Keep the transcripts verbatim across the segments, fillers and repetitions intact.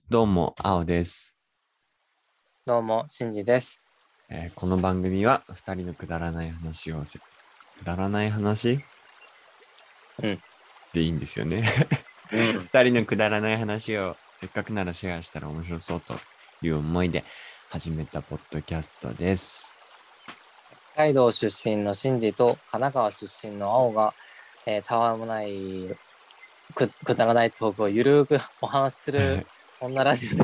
どうも、青です、 どうも、しんじです。 えーこの番組は二人のくだらない話をせ、くだらない話うん。 でいいんですよね。 うん。 二人のくだらない話をせっかくならシェアしたら面白そうという思いで始めたポッドキャストです。 北海道出身のしんじと神奈川出身の青が、えーたわいもないく、くだらないトークをゆるーくお話しする、そんなラジオです。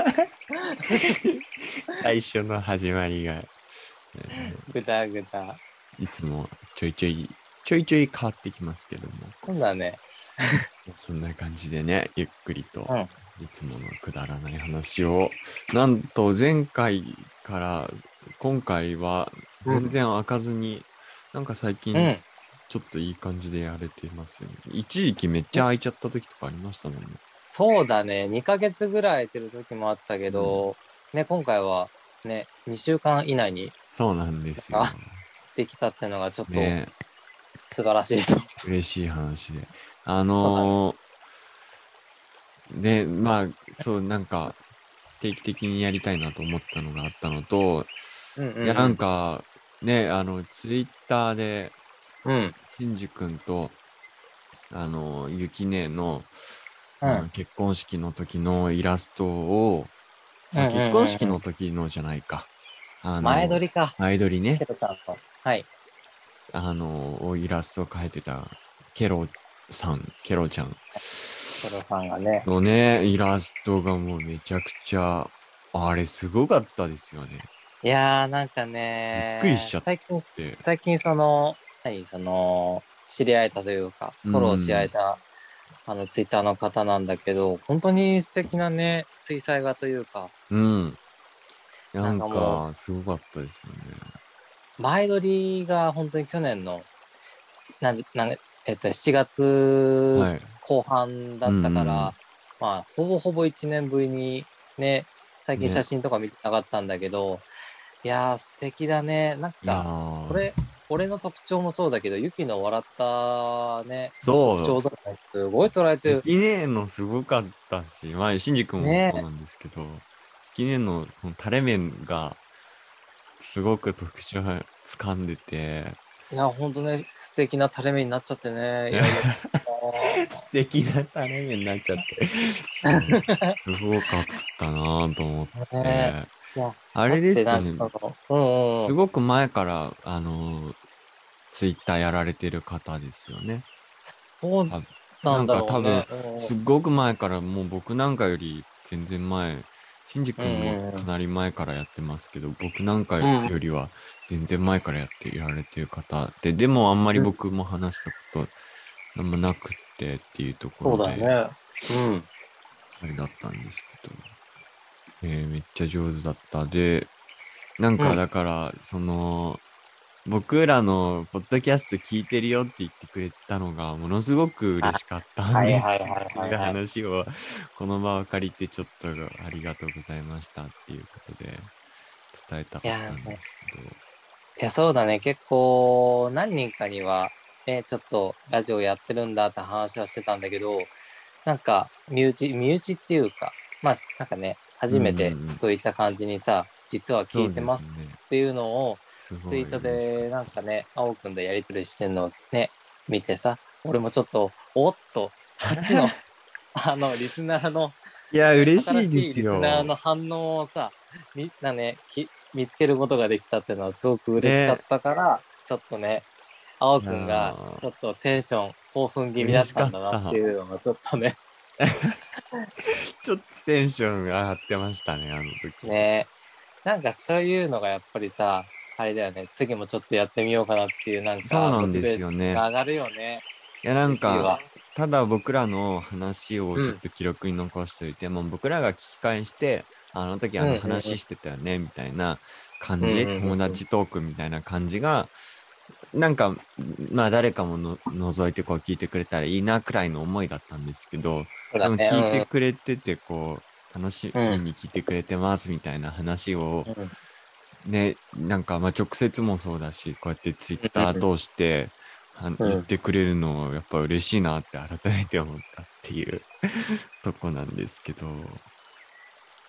最初の始まりが、えぐだぐだ。 ーいつもちょいちょい、ちょいちょい変わってきますけども、 そうだね。 そんな感じでね、ゆっくりとうん。 いつものくだらない話を、なんと前回から今回はうん。 全然開かずに、なんか最近うん。 ちょっといい感じでやれてますよね。一時期めっちゃ空いちゃった時とかありましたもんね。 そうだね。にかげつぐらい空いてる時もあったけうん。 ど、ね、今回はね、にしゅうかん以内に、 そうなんですよ。 なんか、できたってのがちょっとね、 素晴らしいと。 嬉しい話で。あそうだね。 のー、で、まあ、そう、なんか定期的にやりたいなと思ったのがあったのと、 うんういや、なんんか、ね、あの、ツイッターで、 うん。うん。 シンジ君と、あの、ゆきねの、 うん。 あの結婚式の時のイラストを、 うんうんあ、結婚式うんうん。 の時のじゃないか。あ前の、 撮りか。 前撮りね、 ケロちゃんと。はい。 あの、イラストを描いてた、ケロさん、ケロちゃんケロさんがね。 のね、イラストがもうめちゃくちゃ、あれすごかったですよね。 いやー、なんかびっくりしね、 ちゃっ最近、 て。 最近その、何、その、知り合えたというか、 うフォローし合えん。 た、あの、ツイッターの方なんだけど、本当に素敵なね、水彩画というか、 うん。ななんんかもか、すごかったですよね。 う、前撮りが本当に去年の、なんなんえっと、しちがつはい。 こう半だうんったかうん。 ら、まあ、ほぼほぼいちねんぶりにね、最近写ね。 真とか見てなかったんだけど、いやー、素敵だね。なんいやか、こー、 れ、俺の特徴もそうだけど、ユキの笑ったね、特そう。 徴とかもすごい捉えてる。 ゆきねえのすごかったし、まあ、しんじ君もそうねなんですけど、ゆきねえのこの垂れ面がすごく特徴掴んでて、 いや、ほんとね、素敵な垂れ目になっちゃってね。いや、よかっ素敵な垂れ面になっちゃって、そう、 た。 すごかったなぁと思っねて、 いや、 あれだってなんかですよね、 その、うんうんうん。 すごく前から、あの、ツイッターやられてる方ですよね。 そう多分なんなんだか多分、 ろうね。うんすっごく前から、もう僕なんかより全然前、シンジうん君もうん。 かなり前からやってますけど、僕なんかうんうんよりは全然前からやってやられてる方で、でもあんまりうん。 僕も話したことなんもなくってっていうとこそうろで、 だよね。うん。 あれだったんですけど、えーめっちゃ上手だった。で、なんかうん。 だから、その、僕らのポッドキャスト聞いてるよって言ってくれたのがものすごくあ、 嬉しかったんはいですはいはいっていうはいはい。 話をこの場を借りてちょっとありがとうございましたっていうことで伝えたいかったんでやね、 すけど。 いや、そうだね。結構、何人かには、ね、ちょっとラジオやってるんだって話はしてたんだけど、なんか、身内、身内っていうか、まあ、なんかね、 うんうんう初めてん。 そういった感じにさ、実は聞いそうてますですね。 っていうのを、 すごいツイートで、 嬉しかった。 なんかね、青くんでやりとりしてんのをね、見てさ、俺もちょっと、おっと、初の、あの、リスナーの、 いや、 ね、 嬉しいで新しいリスナーすよ。 の反応をさ、みんなね、き見つけることができたっていうのはすごく嬉しかね。 ったから、ちょっとね、青いやくんがー、 ちょっとテンション興奮気味だ嬉しかったんだなってった。 いうのがちょっとね、 ちょっとテンション上がってましたね、あの時。 ね、なんかそういうのがやっぱりさ、あれだよね、次もちょっとやってみようかなっていうなんかモそうなんでチベーションすよね。 が上がるよね。 いや、なんか、 嬉しいわ。 ただ僕らの話をうん、 ちょっと記録に残しておいて、もう僕らが聞き返して、あの時あうん、 のうん、 話してたよね、みたいな感うん、 じ、 うん、うん。 友達トークみたいな感じが、なんか、まあ誰かもの覗いてこう聞いてくれたらいいなくらいの思いだったんですけど、多分そうだ聞いてね、 くれてて、こう、楽しうん、 みに聞いてくれてますみたいな話を、 うん、うん、 ね、なんかまあ直接もそうだし、こうやってツイッタうん、 ー通してはうん。 言ってくれるのやっぱ嬉しいなって改めて思ったっていうとこなんですけど。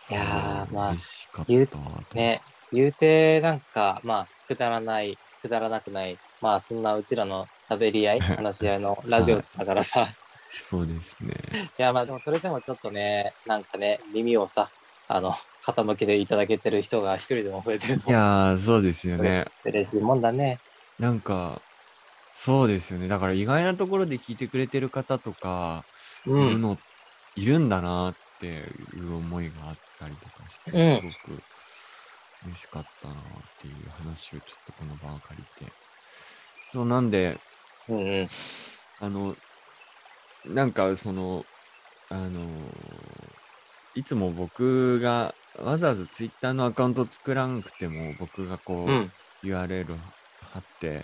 いやー、まあ、 嬉しかっ言う、 たわと。 ね、言うて、なんか、まあ、くだらない、くだらなくない、まあ、そんなうちらの喋り合い、話し合いのラジオはい。 だからさ。 そうですね。 いや、まあ、でもそれでもちょっとね、なんかね、耳をさ、あの、傾けていただけてる人が一人でも増えてるいとやー、そうですよ嬉しね。 嬉しいもんだね。 なんか、そうですよね。だから意外なところで聞いてくれてる方とか、 うん。 いるの、いるんだなっていう思いがあったりとかして、 うん。 すごく嬉しかったなっていう話をちょっとこの場を借りて。そう、なんで、 うんうん。 あの、なんかその、あのいつも僕がわざわざツイッターのアカウント作らなくても、僕がこうん。 う ユーアールエル 貼って、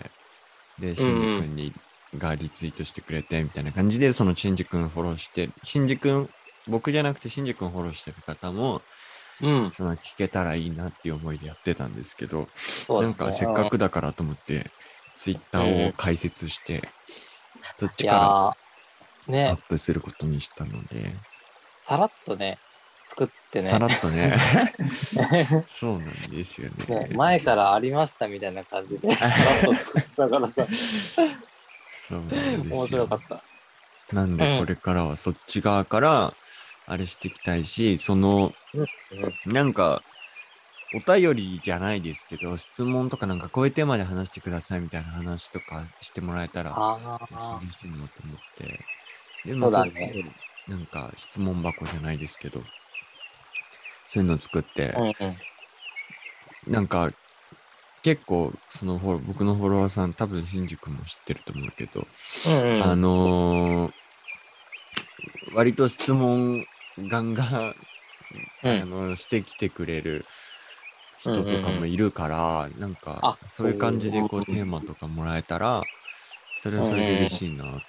で、シンジうんうん。 君にがリツイートしてくれてみたいな感じで、そのシンジ君フォローして、シンジ君、僕じゃなくてシンジ君フォローしてる方も、 うん。 その聞けたらいいなっていう思いでやってたんですけど、なんかそうだね。 せっかくだからと思って、ツイッタうん。うんうん。 ーを開設して、そっちいからやー、ね、 アップすることにしたので、 さらっとね、作ってさね。 らっとね、そうなんですよね、 ね。 前からありましたみたいな感じで、さらっと作ったからさ、 そうなんで面すよ。 白かった。 なんでこうん。 れからはそっち側からあれしていきたいし、その、 うん。 なんか、お便りじゃないですけど、質問とかなんかこういうテーマで話してくださいみたいな話とかしてもらえたらああ、 嬉しいなと思って。で、まあそっちそうだね。 でなんか質問箱じゃないですけど、そういうのを作って、 うんうん。 なんか結構そのフォロー僕のフォロワーさん多分新宿も知ってると思うけど、あうんうん。 のー割と質問ガンガンうん。 あのしてきてくれるうん人とかうんうん。 もいるから、なんかあ、 そういうそう。 感じでこううんテーマとかもらえたら、それはうんそれでうん。 嬉しいなと思って、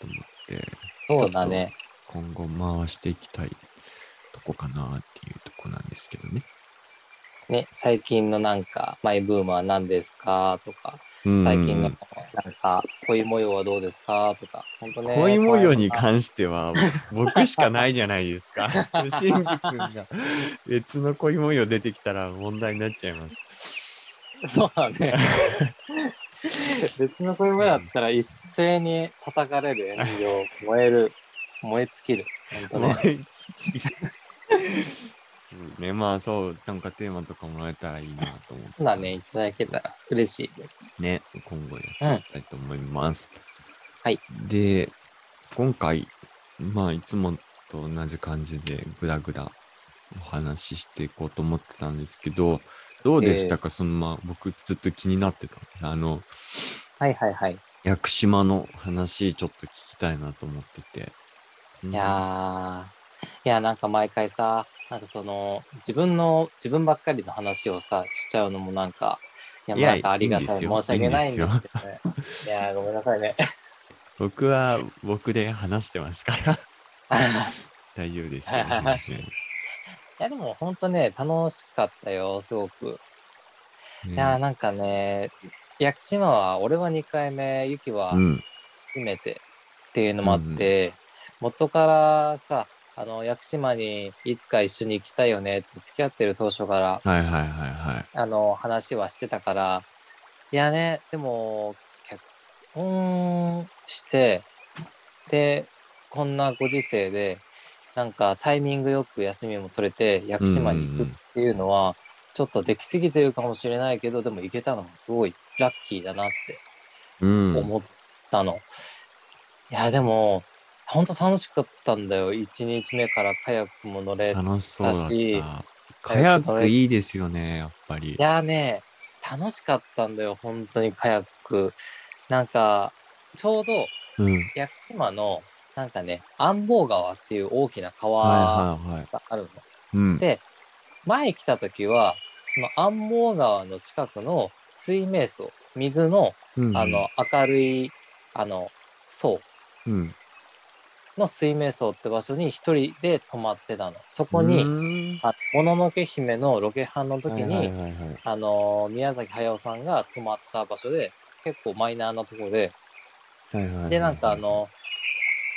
ちょっとそうだね。 今後回していきたいとこかなっていうとこなんですけどね。 ね、最近のなんか、マイブームは何ですかとか、 うんうん最近のうん。 なんか、恋模様はどうですかとか、ほんとね、た恋模わいもな。 様に関しては僕しかないじゃないですか。シンジ君が別の恋模様出てきたら問題になっちゃいます。 そうだね。別の恋模様だったら一斉に叩かれる炎上、燃える、燃え尽きる。ほんとね。 燃え尽きる。そうね、まあそう、なんかテーマとかもらえたらいいなと思ってたんそうだね、いたですけど、 だけたら嬉しいです。 ね、今後やっていきうん。 たいと思います。 はい。 で、今回、まあいつもと同じ感じでぐだぐだお話ししていこうと思ってたんですけど、どうでしえー、 たか？そのまあ僕ずっと気になってた。あの、 はいはいはい。 屋久島の話ちょっと聞きたいなと思ってて。そいの話。 やー、いや、なんか毎回さ、なんかその、自分の、自分ばっかりの話をさ、しちゃうのもなんか、いや、 いや、いもうなんかありいんがたい、 ですよ。いいん申し訳ないんですよ。 ですけどね。いやー、ごめんなさいね。 僕は僕で話してますから大丈夫ですよ。全然。 いや、でも本当ね、楽しかったよ、すごく。いやー、 ね。 なんかね、屋久島は、俺はにかいめ、ゆきはうん。 初めてっていうのもあっうんうん。 て、元からさ、あの、屋久島にいつか一緒に行きたいよねって付き合ってる当初から、 はいはいはいはい。 あの、話はしてたから、いやね、でも、結婚して、で、こんなご時世で、なんかタイミングよく休みも取れて、屋久うんう島に行くっんていうのは、ちょっとできすぎてるかもしれないけど、でも行けたのもすごいラッキーだなってうん。うん。 思ったの。いや、でも、ほんと楽しかったんだよ。いちにちめからカヤックも乗れ楽したそうだっし、 た。 カカヤッヤック乗れ、いクいいですよね、やっぱり。 やね、楽しかったんだよ。本当にカヤック。なんか、ちょうどうん。 屋久島の、なんかね、安房川っていう大きなはい川はいはい。 があるの。 うん。 で、前来た時は、その安房川の近くの水明層、水の、 うんあの、明るい、あの、層うん。うん。 の水明層って場所に一人で泊まってたの。そうこに、 ーん。 あもののけ姫のロケハンのはいはい時に、 はいはい。 あの、宮崎駿さんが泊まった場所で、結構マイナーなとこで、 はいはいはいはいで、なんかあはい。 の、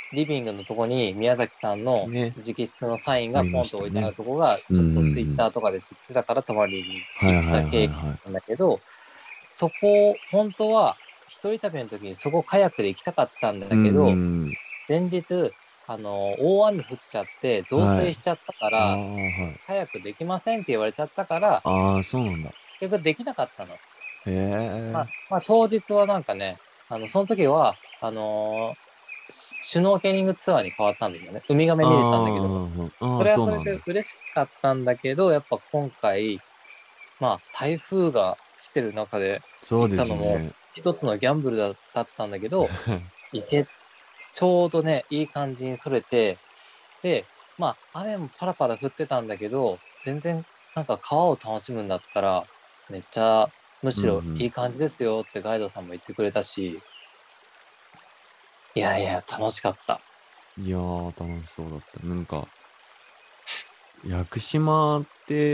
リビングのとこに宮崎さんのね。 直筆のサインがありポンと置いてましたね。 あるとこが、 うんうんうんちょっとツイッターとかで知ってたから泊まりにはいはいはい行った経緯はなんだけど、そこ、本当は一人旅の時にそこカヤックで行きたかったんい。うんだけど、 うん前日、あの、大雨降っちゃってうん。はい。 増水しちゃったかああ、 ら、 はい。 カヤックできませんって言われちゃったから、 ああ、そうなんだ。 結局できなかったの。 へまあ、 え。 まあ、当日はなんかね、あの、その時は、あのーシシュノーケリングツアーに変わったんだけどね、ウミガメ見れたんだけど、 ああ、ああ、 それはそれそうなんだ。 で嬉しかったんだけど、やっぱ今回、まあ、台風が来てる中でそうで行ったのもすよね。 一つのギャンブルだだったんだけど、行け、ちょうどね、いい感じにそれて、で、まあ、雨もパラパラ降ってたんだけど、全然なんか川を楽しむんだったら、めっちゃ、むうしろいいん感じですよってガイドさんも言ってくれたし、いやいや、楽しかった。 うん。いやー、楽しそうだった。なんか、屋久島って、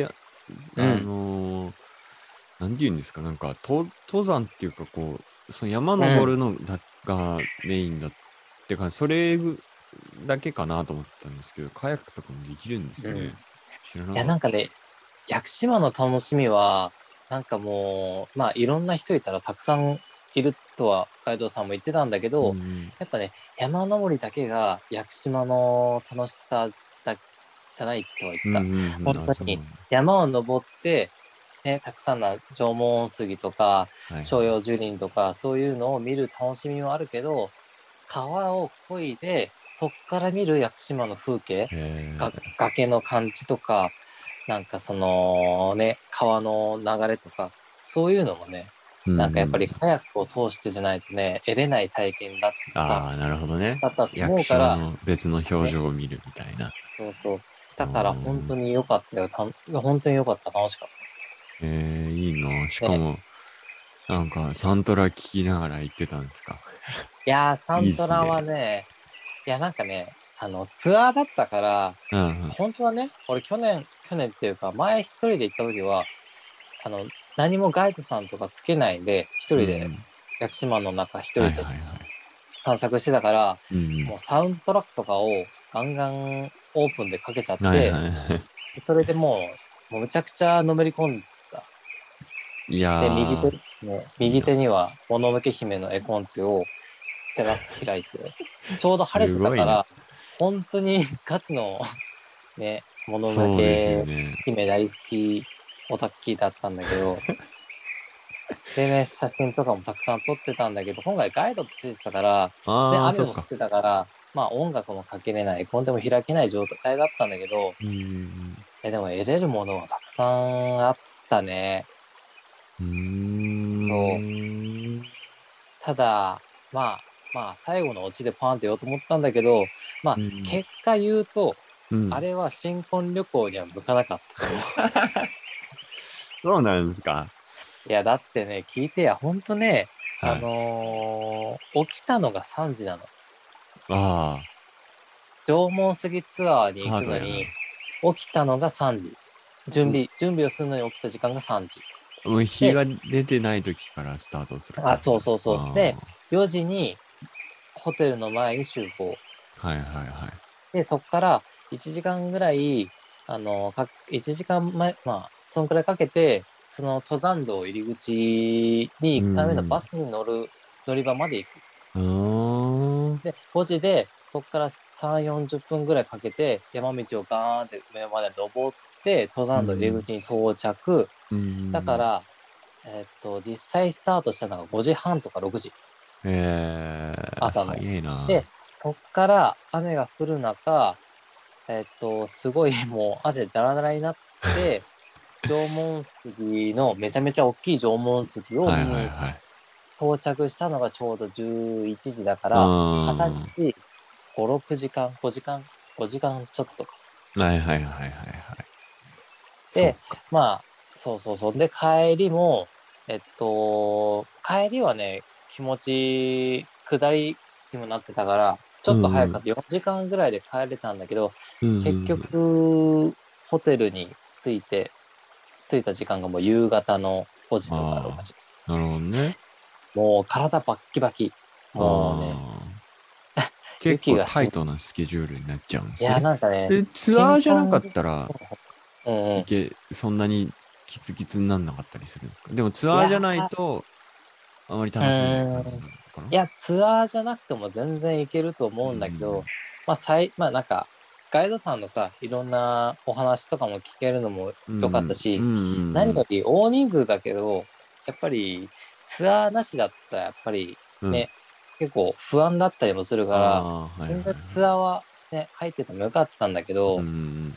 あうん。 のーなんて言うんですか、なんか、と登山っていうか、こう、その山うん。 登るのだがメインだってか、それだけかなと思ってたんですけど、カヤックとかもできるんですうん。いね。知らなや、 かった。 なんかね、屋久島の楽しみは、なんかもう、まあ、いろんな人いたらたくさんいるとは、ガイドさんも言ってたんだけうんうど、 ん。 やっぱね、山登りだけが屋久島の楽しさだ、じゃないとは言ってた。 うんうんうん。あ、 本当にそうなんだ。 山を登って、ね、たくさんの縄文杉とか、 はいはい。 照葉樹林とか、そういうのを見る楽しみはあるけど、川を漕いで、そっから見る屋久島の風景、がへ崖の感じとか、なんかそのね、川の流れとか、そういうのもね、 ーうんなんかやっぱうん。 りカヤックを通してじゃないとね、得れない体験だった、 ああ、なるほどね。 だったと屋久思うから、 島の別の表ね、 情を見るみたいな。 そうそう。 うだから本ん。 当に良かったよ。た本当に良かった。楽しかっえー、いいな。した。ね。 かも、なんか、サントラ聞きながら行ってたんですか？ いやー、サいいントラっすね。 はね、いやなんかね、あの、ツアーだったから、 うん本当はね、俺去年、去年っていうか、前一人で行った時は、あの、何もガイドさんとかつけないで、一うん。 人で、 うん。 屋久島の中一人ではいはいはい。 探索してたから、 うんうん。 もうサウンドトラックとかをガンガンオープンでかけちゃっはいて、 はいはい。 それでもう、もうむちゃくちゃのめり込んでさ、 いで、右手、 やね、 ー、いいな。 右手には、もののけ姫の絵コンテをペラッと開いて、ちょうど晴れすごいな。 てたから、本当にガチのね、もののそうですよけね。 姫大好きオタッキーだったんだけど、でね、写真とかもたくさん撮ってたんだけど、今回ガイドついてたから、で、 ああ、そっか。 雨も降ってたから、まあ音楽もかけれない、コンテも開けない状態だったんだけど、 うんえ、でも得れるものはたくさんあったね。 うんうん。 そう。 うーん。 ただ、まあ、まあ最後のオチでパーンって言おうと思ったんだけど、まあうん結果言うと、 うん。 あれは新婚旅行には向かなかったと思う。 そうなんですか。 いや、だってね、聞いてや、ほんとね、あはい。 のー起きたのがさんじなの。 あ縄文杉ツアーにあ、 行ハードやな。 くのに、起きたのがさんじ。準備、準備をするのに起きた時間がさんじ。 もう日で、 が出てない時からスタートするあ、 感じそうなんですか？ そうそう。で、よじにホテルの前に集合。 ああ、はいはいはい。 で、そこからいちじかんぐらい、あの、かいちじかんまえ、まあ、そんくらいかけて、その登山道入り口にう行くためのん。 バスに乗る乗り場まで行く。 ああ、 で、ごじで、そこからさん、よんじゅっぷんぐらいかけて、山道をガーンって上まで登って、登山道入りうん。 口に到着。 うん。 だから、えーっと、実際スタートしたのがごじはんとかろくじ、 ええー、 朝の。 早いな。 で、そっから雨が降る中、えーっと、すごいもう汗だらだらになって、縄文杉の、めちゃめちゃ大きい縄文杉をはい見にはいはい。 到着したのがちょうどじゅういちじだかうら、片道ん。 ご、ろくじかん、ごじかん、ごじかんちょっとか。 はいはいはいはいはい。そっで、 か。 まあ、そうそうそう。で、帰りも、えっと、帰りはね、気持ち、下りにもなってたから、ちょっとうんうん。 早かった。よじかんぐらいで帰れたんだけど、 うんうんう結ん。 局、ホテルに着いて、着いた時間がもう夕方のごじとか6 あ時。 あ、なるほどね。 もう体バッキバキ。もうね、 ああ。 結構雪がしん、 タイトなスケジュールになっちゃうんでいや、 すね。 なんかね、 で、ツアーじゃなかっ新婚、 たら、 うんうん。 いけ、そんなにキツキツになんなかったりするんですか？でもツいやアーじゃないと、あまりー、 楽しめない感じうーん。 なのかな？ いや、ツアーじゃなくても全然いけるとう思うんだけど、 ん。 まあ、さい、まあ、なんか、ガイドさんのさ、いろんなお話とかも聞けるのも良かったうん。うし、 ん。うん。 何より大人数だけど、やっぱりツアーなしだったら、やっぱりうん。うん。 ね、結構不安だったりもするから、 ああ、はいはい全然はい。 ツアーはね、入っててもよかったんだけど、 うん。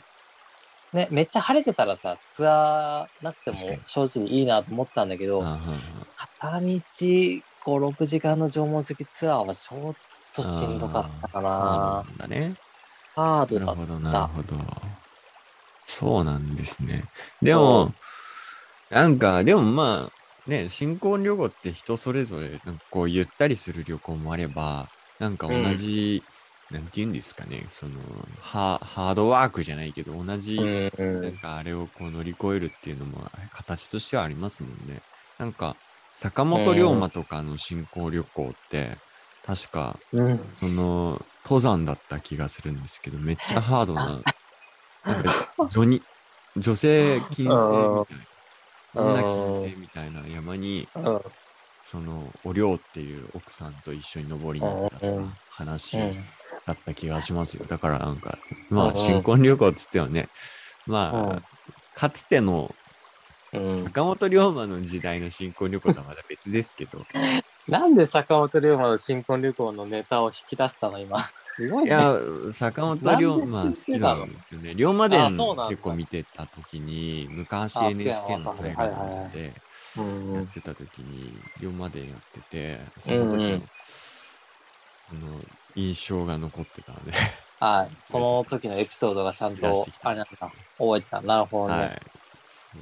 ね、めっちゃ晴れてたらさ、ツアーなくて確かに。 も正直いいなと思ったんだけど、 あーはーは片道ご、ろくじかんの縄文石ツアーはちょっとーしんどかったあかー、ハードなな。 んだね。 ハードだっなるほど、なるた。 ほど。そうなんですね。でそも、なんか、でもまあ、ね、新婚旅行って人それぞれ、なんかこう、ゆったりする旅行もあれば、なんかう。う同ん。 じ、なんて言うんですかね、その、ハ、ハードワークじゃないけど、同うじ、なんん。 かあれをこう乗り越えるっていうのも、形としてはありますもんね。なんか、坂本龍うん。 馬とかの新婚旅行って、確か、 うん。 その、登山だった気がするんですけど、めっちゃハードあ、 な、なんか、女に、女性禁制うん。 みたいな、 う女禁ん。うん。 制みたいな山に、 うん。 その、お涼っていう奥さんと一緒に登りに行ったとか、話だった気がしますよ。だからなんか、まあ、新婚旅行っつってはね、まあ、かつてのうん。 坂本龍馬の時代の新婚旅行とはまた別ですけど、 なんで坂本龍馬の新婚旅行のネタを引き出したの今。すごいね。 いや、坂本龍馬、 なんで知っまあ好きなてたの？ んですよね。龍馬ああ、そう伝結構なんだ。 見てた時に、昔ああ、福山エヌエイチケー の雅治。はい大河ドラはいはい。 マでうん。うんやってた時に、龍馬伝やってて、そのうん。 時の、あの、印象が残ってたのでああ、そそれちょっとの時のエピソードがちゃんと、 引き出してきたあれなんだ。 んですけど。 覚えてた。なるほどね。 はい。そう。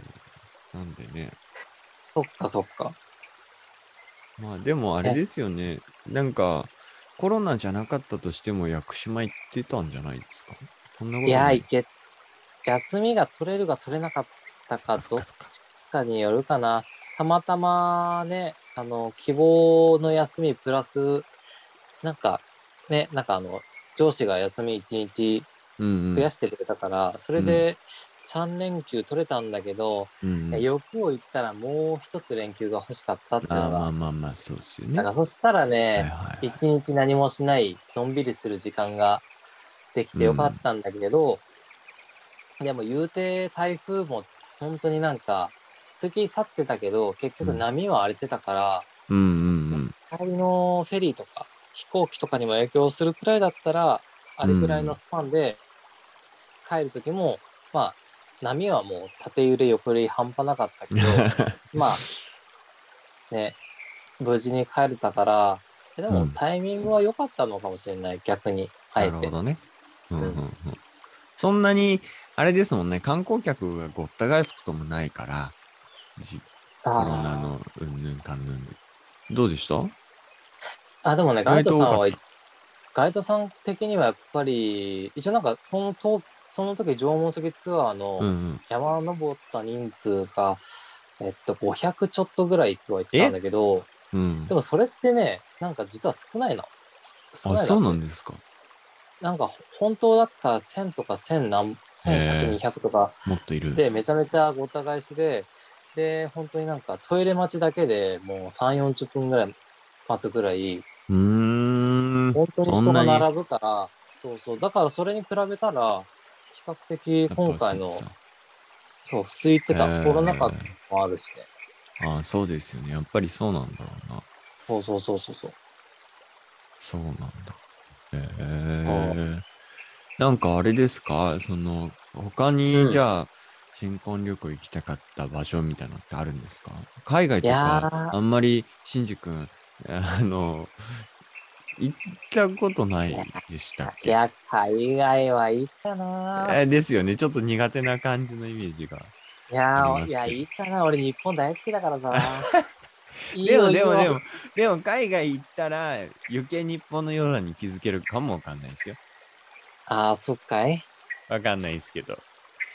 なんでね。 そっかそっか。 まあでもあれえ、 ですよね。なんか、コロナじゃなかったとしても屋久島行ってたんじゃないですか？そんないや、 ことない？ いけ、休みが取れるか取れなかったか、 そっかそっどっかそっか。 ちかによるかな。たまたまね、あの、希望の休みプラス、なんか、ね、なんかあの、上司が休みいちにちうん増やしてくれたから、そうん。うん。 れでさん連休取れたんだけど、 うんうん。 欲を言ったらもう一つ連休が欲しかったっていうああ、 のが、 まあまあまあ、そうですよね。 だからそしたらはいね、 はいは一日何もしない、のんびりする時間ができい。うてよかっん。 たんだけど、でも言うて台風も本当になんか過ぎ去ってたけど、結局うん。 波は荒れてたから、 うんうん帰りのフェリーとか飛行機とかにも影響するくらいだったら、あうん。 れぐらいのうん。 スパンで帰る時も、まあ、波はもう縦揺れ横揺れ半端なかったけど、まあね、無事に帰れたから、でうん。 もタイミングは良かったのかもしれない、逆に、あなえて。 るほどね。うんうんううん。 ん。そんなに、あれですもんね、観光客がごった返すこともないから、じコロナあのうんぬんかんぬんで。どうでした？ あ。あ、でもね、ガイ意外ドさんは、 と多かった。 ガイドさん的にはやっぱり、一応なんか、そのと、その時縄文石ツアーのうんうん。 山登った人数が、えっと、ごひゃくちょっとぐらいとは言ってたんえだけど、 うん。 でもそれってね、なんか実は少ないの。少あ、そうないなって。 なんですか。 なんか本当だったらせんとかせん何、せんひゃく、 へえ、 にひゃくとかもっといる。 でめちゃめちゃごった返しで、で、本当になんかトイレ待ちだけでもうさん、よんじゅっぷんぐらい待つぐらい、 うーん、 本当にそんなに、 人が並ぶから、そうそう。だからそれに比べたら、比較的やっ今回の、 ぱスイッチさん。 そう、空いてへた。コロナ禍え、 もあるしね。 あ、そうですよね。やっぱりそうなんだろうな。 そうそうそうそうそう。 そうなんだ。へうん。 え。なんかあれですか？その、他に、じうん。 ゃあ、新婚旅行行きたかった場所みたいなのってあるんですか？海外いやとか、あんまり、シンジ君、あの、行ったことなー、いや、 いでしたっけ？ いや、海外はいいかな。 えーですよね。ちょっと苦手な感じのイメージがいありやー、いや、 ますけど。 いいかな。俺日本大好きだからさ。いいでもよ、いいよ。 でもでも、でも海外行ったら余計日本の良さに気づけるかもわかんないですよ。 ああ、そっかい。 わかんないですけど。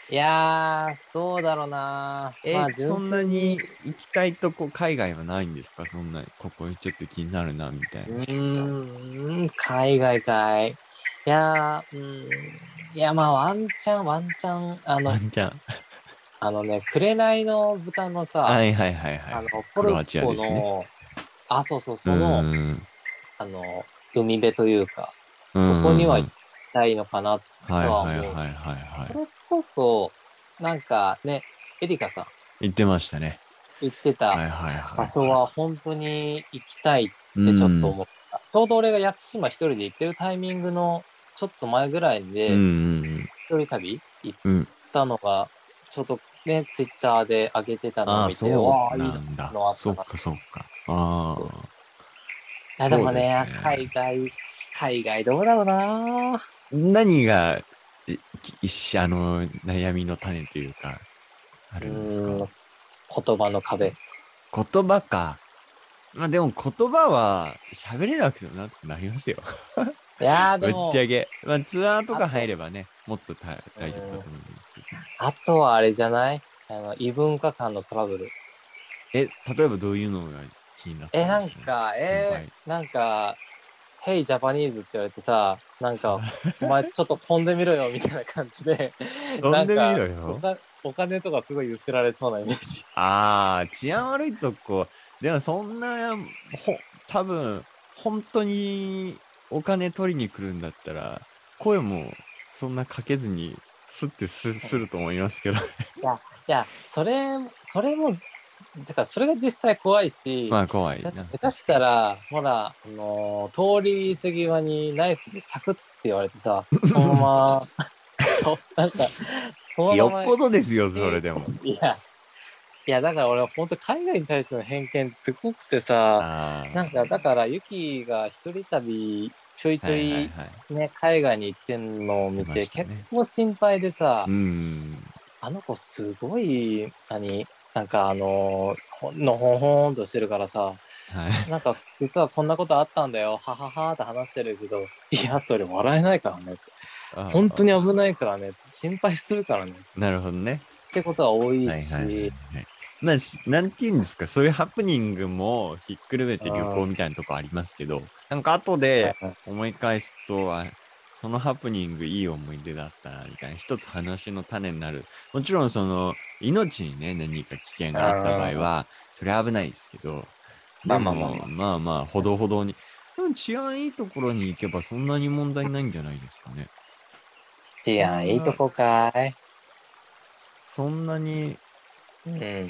いやー、どうだろうな。まえ、 あ、純そんな粋に、 に行きたいとこ、海外はないんですか？そんな、ここちょっと気になるな、みたいうな。 ーん、海外かい。いやー、うーん、いや、まあ、ワンチャン、ワンチャン、あの、 ワンチャン。 あのね、紅の豚のさ、 はいはいはいはい。 あの、トルクロアチアコですね。 の、あ、そうそう、 うーその、 ん。 あの、海辺というか、 うんそこには行きうんうん。 たいのかなはいとは思う。 はいはいはいはい。 それこそ、なんかね、エリカさん言ってましたね。 行ってたはいはいはい場所はは本当に行きたいっい。うてちょっとん。 思った。ちょうど俺が屋久島一人で行ってるタイミングのちょっと前ぐらいうんうで、 ん一人旅行っうん。うん。 たのが、ちょっとね、ツイッターで上げてたのをああ、 見て、 そうわあ、いいなんだ。 のあったな。 そっかそっか。あそういあ、 や、でもそうですね、海ね。 外、海外どうだろうな。 何が、いきあの、悩みの種というか、あうるんですか？ ーん、言葉の壁。 言葉か。まあでも言葉は喋れなくてもなんとかなりますよ。 いやー、でぶっちも、 ゃけ。まあツアーとか入あと、 ればね、もっとたう大丈夫だん、 と思うんですけど。 あとはあれじゃない？あの、異文化間のトラブル。 え、例えばどういうのが気になったえ、なりするの？ んか、え心配。 ー、なんか、Hey Japanese って言われてさ、なんか、お前ちょっと飛んでみろよみたいな感じで、 飛んでみなんか、 ろよ。 おか、お金とかすごい寄せられそうなイメージ。 ああ、治安悪いとこ。でもそんな、ほ、多分、本当にお金取りに来るんだったら、声もそんなかけずに、スッてす、 うん、いすると思いますけど。 や、いや、それ、それも、だからそれが実際怖いし、 まあ怖いだな。 下手したら、ほら、あのー通り過ぎ際にナイフでサクッて言われてさ、そのまま、と、なんか、そのまま、 よっぽどですよ、それえでも。 いや、いや、だから俺は本当海外に対しての偏見ってすごくてさ、なんか、だあからユキが一人旅ちょいあ、はいはいちょいはい。 ね、海外に行ってんのを出見て結ましたね。 構心配でさ、 うーん。 あの子すごい、何、なんかあのほのほほんとしてるからさ、 はい。 なんか実はこんなことあったんだよ、はははって話してるけど、いや、それ笑えないからね。 あ本当に危あ、 ないからね。心配するからね。っなるほどね。 てことは多いはいはいはいし、 はい。まあ、しなんて言うんですか、そういうハプニングもひっくるめて旅うん、 行みたいなとこありますけど、なんか後で思い返すと、あ、そのハプニングいい思い出だったな、みたいな、一つ話の種になる。もちろんその、命にね、何か危険うがあった場合ん、 は、それは危ないですけど、 までも、 あまあまあまあ。 まあまあ、ほどほどに。でも治安いいところに行けばそんなに問題ないんじゃないですかね。 治そんな、 安いいとこかい。 そんなにうん。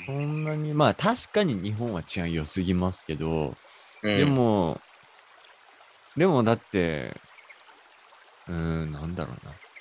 そんなに、まあ確かに日本は治安良すぎますけど、でうん。 も、でもだって、うーん、なんだろうな。